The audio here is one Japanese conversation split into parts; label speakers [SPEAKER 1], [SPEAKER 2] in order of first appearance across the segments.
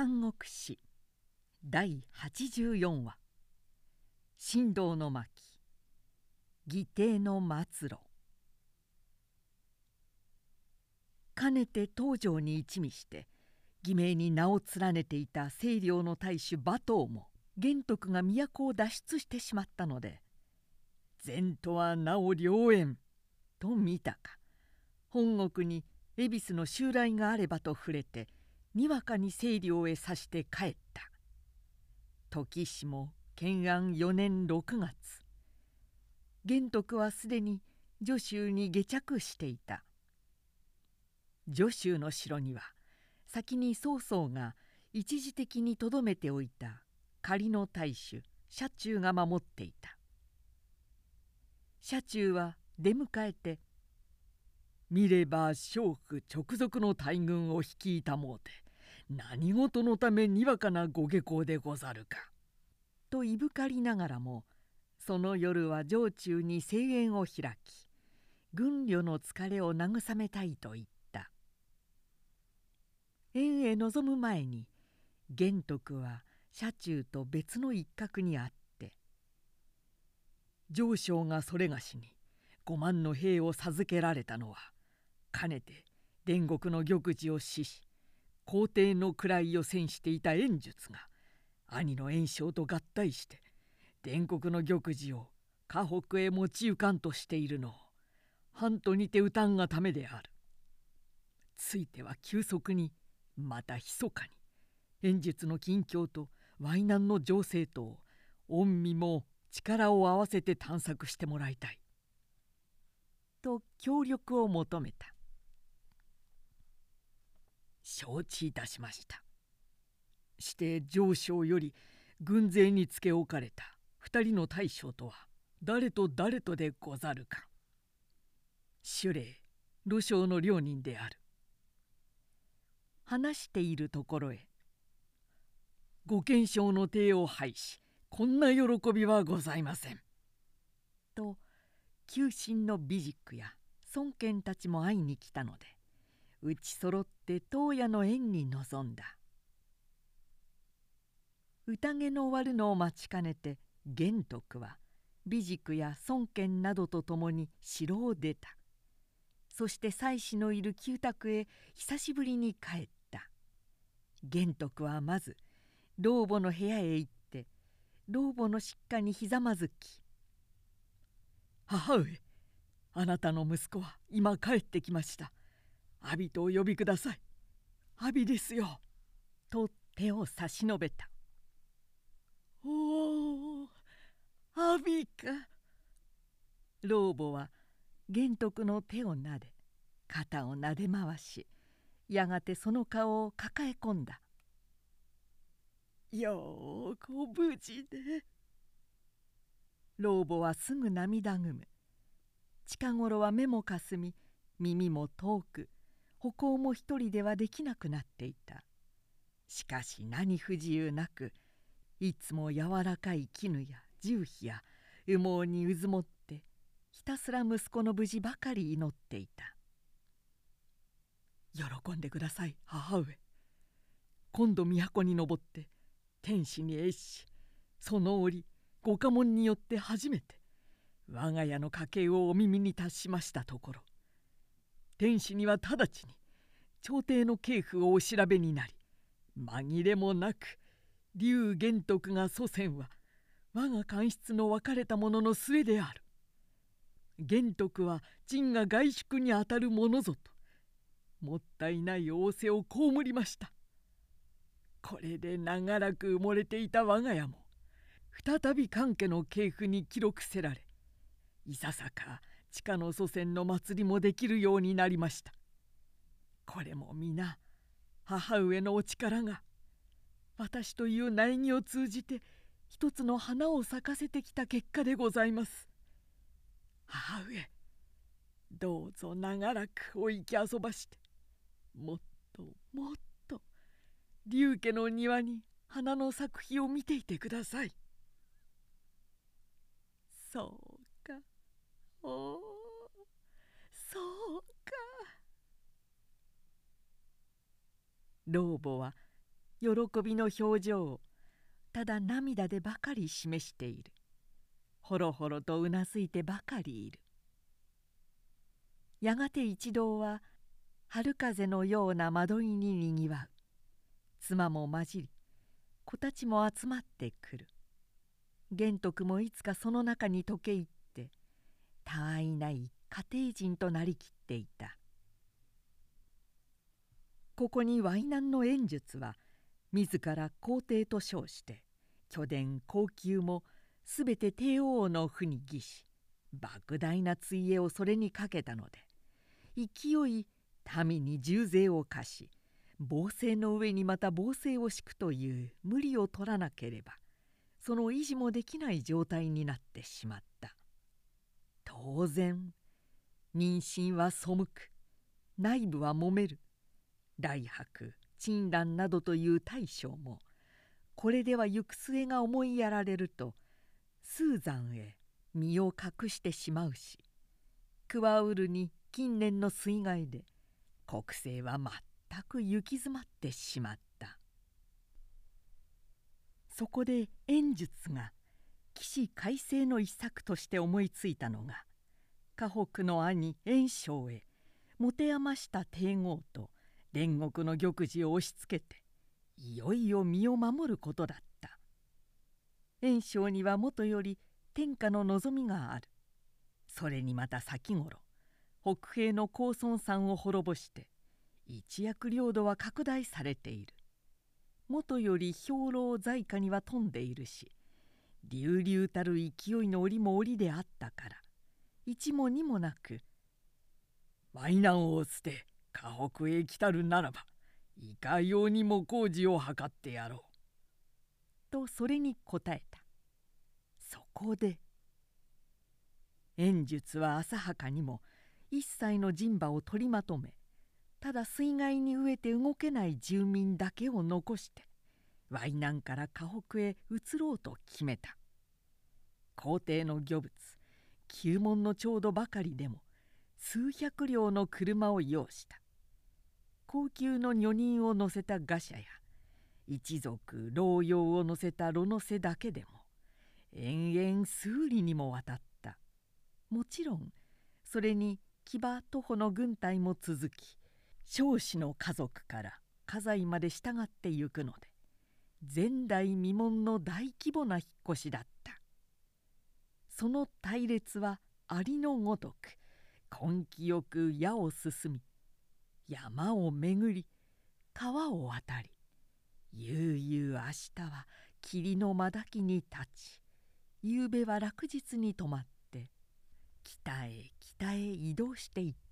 [SPEAKER 1] 三国志第84話神道の巻義弟の末路。かねて東条に一味して偽名に名を連ねていた清涼の大主馬頭も玄徳が都を脱出してしまったので、前途はなお良縁と見たか、本国に恵比寿の襲来があればと触れてにわかに清涼へさして帰った。時しも建安4年6月、玄徳はすでに徐州に下着していた。徐州の城には先に曹操が一時的にとどめておいた仮の大主社中が守っていた。社中は出迎えて「見れば娼婦直属の大軍を率いたもうて何事のためにわかなご下校でござるか」といぶかりながらも、その夜は城中に声援を開き軍旅の疲れを慰めたいと言った。宴へ臨む前に玄徳は社中と別の一角にあって「上将がそれがしに5万の兵を授けられたのはかねて煉獄の玉璽を死し皇帝の位を遷していた円術が兄の円生と合体して煉獄の玉璽を河北へ持ち行かんとしているのを藩とにて討たんがためである。ついては急速にまた密かに円術の近況と淮南の情勢とを御身も力を合わせて探索してもらいたい」と協力を求めた。承知いたしました。して上将より軍勢につけ置かれた2人の大将とは誰と誰とでござるか。守礼盧将の両人である。話しているところへ「ご賢章の体を拝しこんな喜びはございません」と旧臣の美塾や孫権たちも会いに来たのでうちそろって当夜の宴に臨んだ。宴の終わるのを待ちかねて玄徳は美塾や孫権などと共に城を出た。そして妻子のいる旧宅へ久しぶりに帰った。玄徳はまず老母の部屋へ行って老母のしっかにひざまずき「母上、あなたの息子は今帰ってきました。阿炎とお呼びください。阿炎ですよ」と手を差し伸べた。「おお、阿炎か」。老母は玄徳の手をなで肩をなで回しやがてその顔を抱え込んだ。「ようご無事で」。老母はすぐ涙ぐむ。近頃は目もかすみ耳も遠く歩行も一人ではできなくなっていた。しかし何不自由なくいつも柔らかい絹や襦袢や羽毛にうずもってひたすら息子の無事ばかり祈っていた。「喜んでください母上。今度都に登って天子に謁しその折ご家紋によって初めて我が家の家計をお耳に達しましたところ天子には直ちに朝廷の系譜をお調べになり紛れもなく劉玄徳が祖先は我が官室の分かれた者の末である。玄徳は朕が外宿にあたるものぞともったいない仰せを被りました。これで長らく埋もれていた我が家も再び官家の系譜に記録せられいささか地下の祖先の祭りもできるようになりました。これも皆母上のお力が私という苗木を通じて一つの花を咲かせてきた結果でございます。母上、どうぞ長らくお生き遊ばしてもっともっと劉家の庭に花の咲く日を見ていてください。そうか、おお、そうか。老母は喜びの表情をただ涙でばかり示している。ほろほろとうなずいてばかりいる。やがて一同は春風のような窓井ににぎわう。妻も混じり子たちも集まってくる。玄徳もいつかその中に溶け入ってたわいない家庭人となりきっていた。ここに淮南の演術は自ら皇帝と称して巨殿高級もすべて帝王の府に儀し、莫大なついえをそれにかけたので、勢い民に重税を課し、暴政の上にまた暴政を敷くという無理を取らなければその維持もできない状態になってしまった。当然妊娠は背く、内部は揉める。来伯親鸞などという大将もこれでは行く末が思いやられるとスーザンへ身を隠してしまうし、クワウルに近年の水害で国政は全く行き詰まってしまった。そこで演術が起死回生の一策として思いついたのが、河北の兄袁紹へ持て余した帝王と煉獄の玉璽を押しつけていよいよ身を守ることだった。袁紹にはもとより天下の望みがある。それにまた先頃北平の高孫山を滅ぼして一躍領土は拡大されている。もとより兵糧在家には富んでいるし、隆々たる勢いの折も折であったから、一も二もなく「淮南を捨て河北へ来たるならばいかようにも工事を図ってやろう」とそれに答えた。そこで演術は浅はかにも一切の人馬を取りまとめ、ただ水害に飢えて動けない住民だけを残して淮南から河北へ移ろうと決めた。皇帝の御物旧門の調度ばかりでも数百両の車を要した。高級の女人を乗せた馬車や一族老幼を乗せた路乗せだけでも延々数里にもわたった。もちろんそれに騎馬徒歩の軍隊も続き、彰子の家族から家財まで従ってゆくので、前代未聞の大規模な引っ越しだった。その隊列はありのごとく根気よく矢を進み、山を巡り川を渡り、悠々明日は霧の瞬に立ち、夕べは落日に止まって北へ北へ移動していった。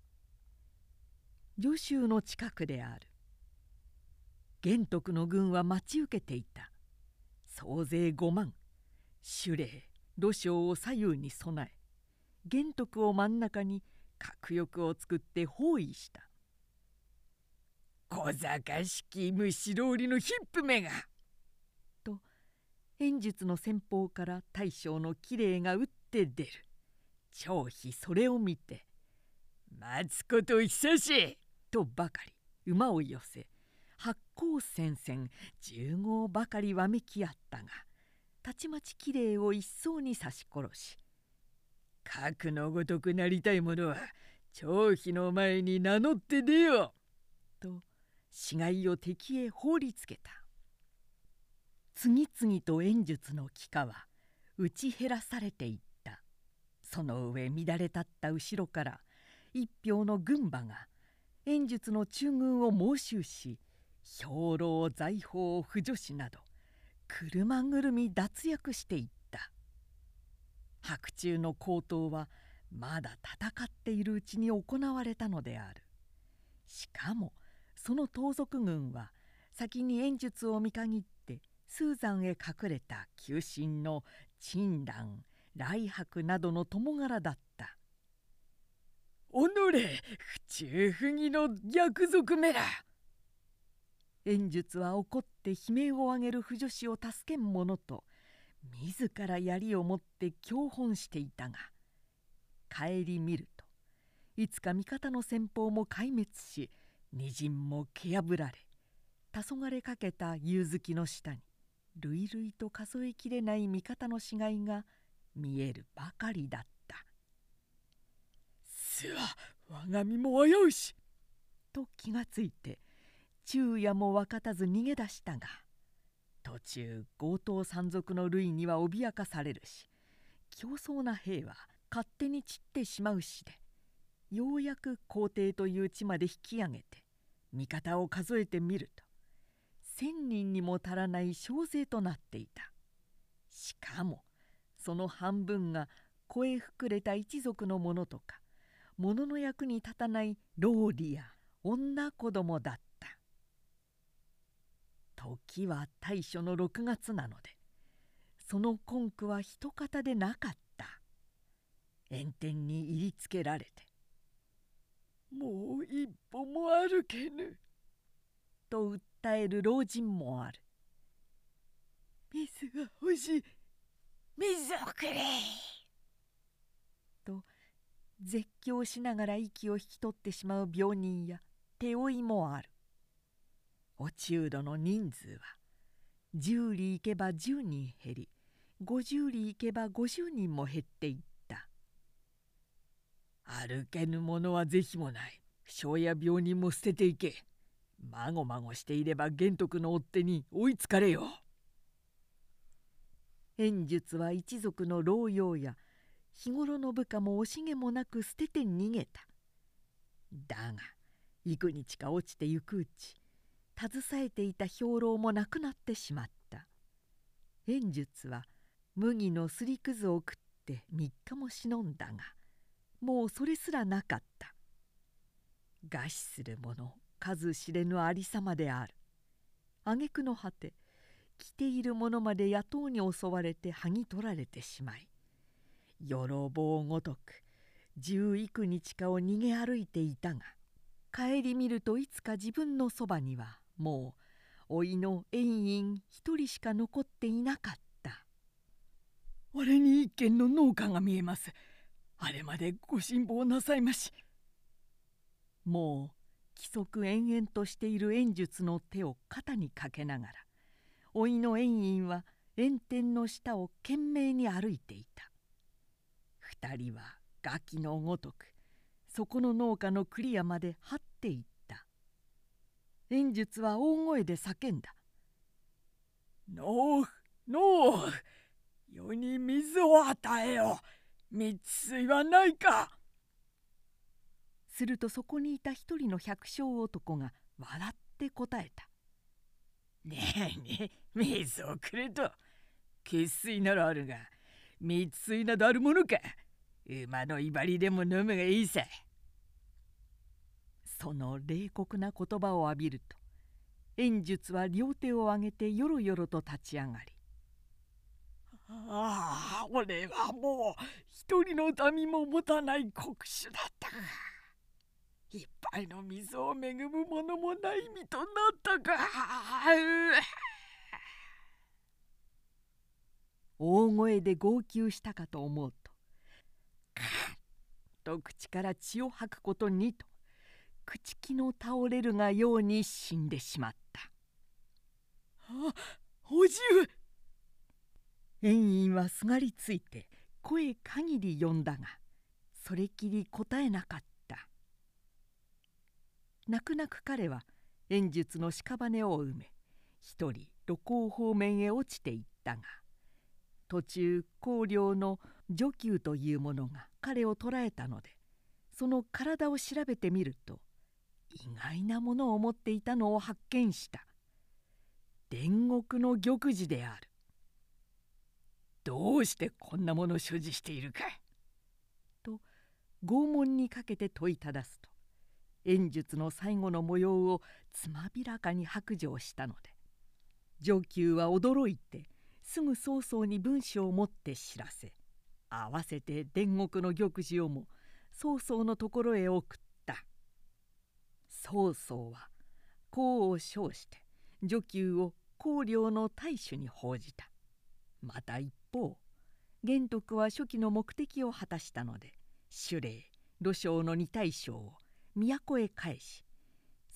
[SPEAKER 1] 徐州の近くである。玄徳の軍は待ち受けていた。総勢5万、守礼土将を左右に備え、玄徳を真ん中に角翼を作って包囲した。小賢しきむしろ売りのヒップめがと演術の先方から大将のきれいが打って出る。張飛それを見て「待つこと久し!」とばかり馬を寄せ、八甲戦線10号ばかりわめき合ったが、たちまちきれいを一層に刺し殺し、核のごとくなりたい者は張飛の前に名乗って出よと死骸を敵へ放りつけた。次々と演術の騎馬は打ち減らされていった。その上乱れ立った後ろから一票の軍馬が演術の中軍を猛襲し、兵糧財宝婦女子など車ぐるみ奪略していった。白昼の高騰はまだ戦っているうちに行われたのである。しかもその盗賊軍は先に演術を見限ってスーザンへ隠れた旧臣の親鸞来伯などの友柄だった。おのれ不忠不義の逆賊めら！演術は怒って悲鳴を上げる婦女子を助けん者と自ら槍を持って教本していたが、顧みるといつか味方の先鋒も壊滅し、二陣も蹴破られ、 黄昏かけた夕月の下に類々と数えきれない味方の死骸が見えるばかりだった。
[SPEAKER 2] すは我が身も危うし
[SPEAKER 1] と気がついて昼夜も分かたず逃げ出したが、途中強盗山賊の類には脅かされるし、競争な兵は勝手に散ってしまうしで、ようやく皇帝という地まで引き上げて味方を数えてみると、1,000人にも足らない小勢となっていた。しかもその半分が肥え膨れた一族の者とか、物の役に立たない老理や女子供だった。時は大暑の6月なので、その根拠は一方でなかった。炎天に入りつけられて
[SPEAKER 2] 「もう一歩も歩けぬ」
[SPEAKER 1] と訴える老人もある。
[SPEAKER 2] 水が欲しい、水をくれ
[SPEAKER 1] と絶叫しながら息を引き取ってしまう病人や手負いもある。落人の人数は10里行けば10人減り、50里行けば50人も減っていった。
[SPEAKER 2] 歩けぬ者は是非もない。傷や病人も捨てていけ。まごまごしていれば玄徳の追っ手に追いつかれよ。
[SPEAKER 1] 炎術は一族の老幼や日頃の部下も惜しげもなく捨てて逃げた。だが幾日か落ちてゆくうち、携えていた兵糧もなくなってしまった。炎術は麦のすりくずを食って3日もしのんだが、もうそれすらなかった。餓死する者数知れぬありさまである。挙句の果て、着ている者まで野党に襲われて剥ぎ取られてしまい、泥棒ごとく10幾日かを逃げ歩いていたが、帰り見るといつか自分のそばにはもう甥の円院一人しか残っていなかった。
[SPEAKER 2] 俺に一軒の農家が見えます。あれまでご辛抱なさいまし。
[SPEAKER 1] もう規則延々としている炎術の手を肩にかけながら、甥の円院は炎天の下を懸命に歩いていた。2人はガキのごとくそこの農家の栗屋まで這っていった。炎術は大声で叫んだ。
[SPEAKER 2] 農夫、農夫、世に水を与えよ。道水はないか。
[SPEAKER 1] するとそこにいた一人の百姓男が笑って答えた。
[SPEAKER 2] ねえねえ、水をくれと。血水ならあるが、道水などあるものか。馬の威張りでも飲むがいいさ。
[SPEAKER 1] その冷酷な言葉を浴びると、炎術は両手を上げてよろよろと立ち上がり、
[SPEAKER 2] ああ、俺はもう一人の民も持たない国主だったが、一杯の水を恵むものもない身となったか。
[SPEAKER 1] 大声で号泣したかと思うと、カッと口から血を吐くことにと、朽木の倒れるがように死んでしまった。
[SPEAKER 2] あ、おじゅう。
[SPEAKER 1] 円院はすがりついて声限り呼んだが、それきり答えなかった。泣く泣く彼は炎術の屍を埋め、一人露光方面へ落ちていったが、途中公領の女給という者が彼を捕らえたので、その体を調べてみると、意外なものを持っていたのを発見した。煉獄の玉璽である。
[SPEAKER 2] どうしてこんなものを所持しているか。
[SPEAKER 1] と拷問にかけて問いただすと、炎術の最後の模様をつまびらかに白状したので、上級は驚いてすぐ曹操に文書を持って知らせ、合わせて煉獄の玉璽をも曹操のところへ送った。曹操は功を称して女給を公領の大守に報じた。また一方、玄徳は初期の目的を果たしたので、守礼、魯将の二大将を都へ返し、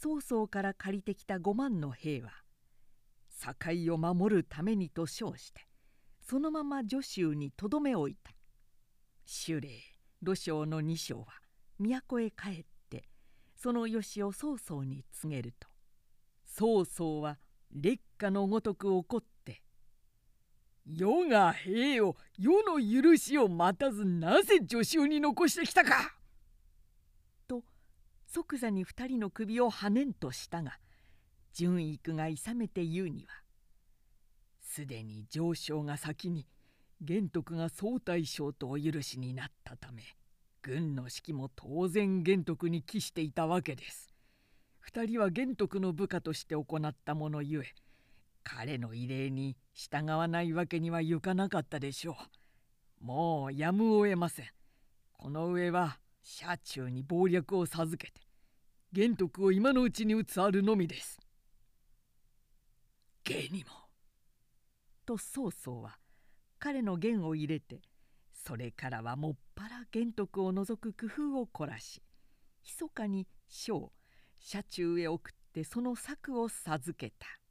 [SPEAKER 1] 曹操から借りてきた5万の兵は境を守るためにと称してそのまま徐州にとどめ置いた。守礼盧将の2将は都へ帰ってそのよしを曹操に告げると、曹操は烈火のごとく怒って「余が兵を余の許しを待たずなぜ徐州に残してきたか!」と即座に2人の首をはねんとしたが、純育がいさめて言うには「すでに上将が先に玄徳が総大将とお許しになったため、軍の指揮も当然玄徳に帰していたわけです。2人は玄徳の部下として行ったものゆえ、彼の異例に従わないわけにはいかなかったでしょう。もうやむを得ません。この上は社中に謀略を授けて玄徳を今のうちに討つあるのみです。芸にも」と曹操は彼の言を入れて、それからはもっぱら玄徳を除く工夫を凝らし、密かに書を社中へ送ってその策を授けた。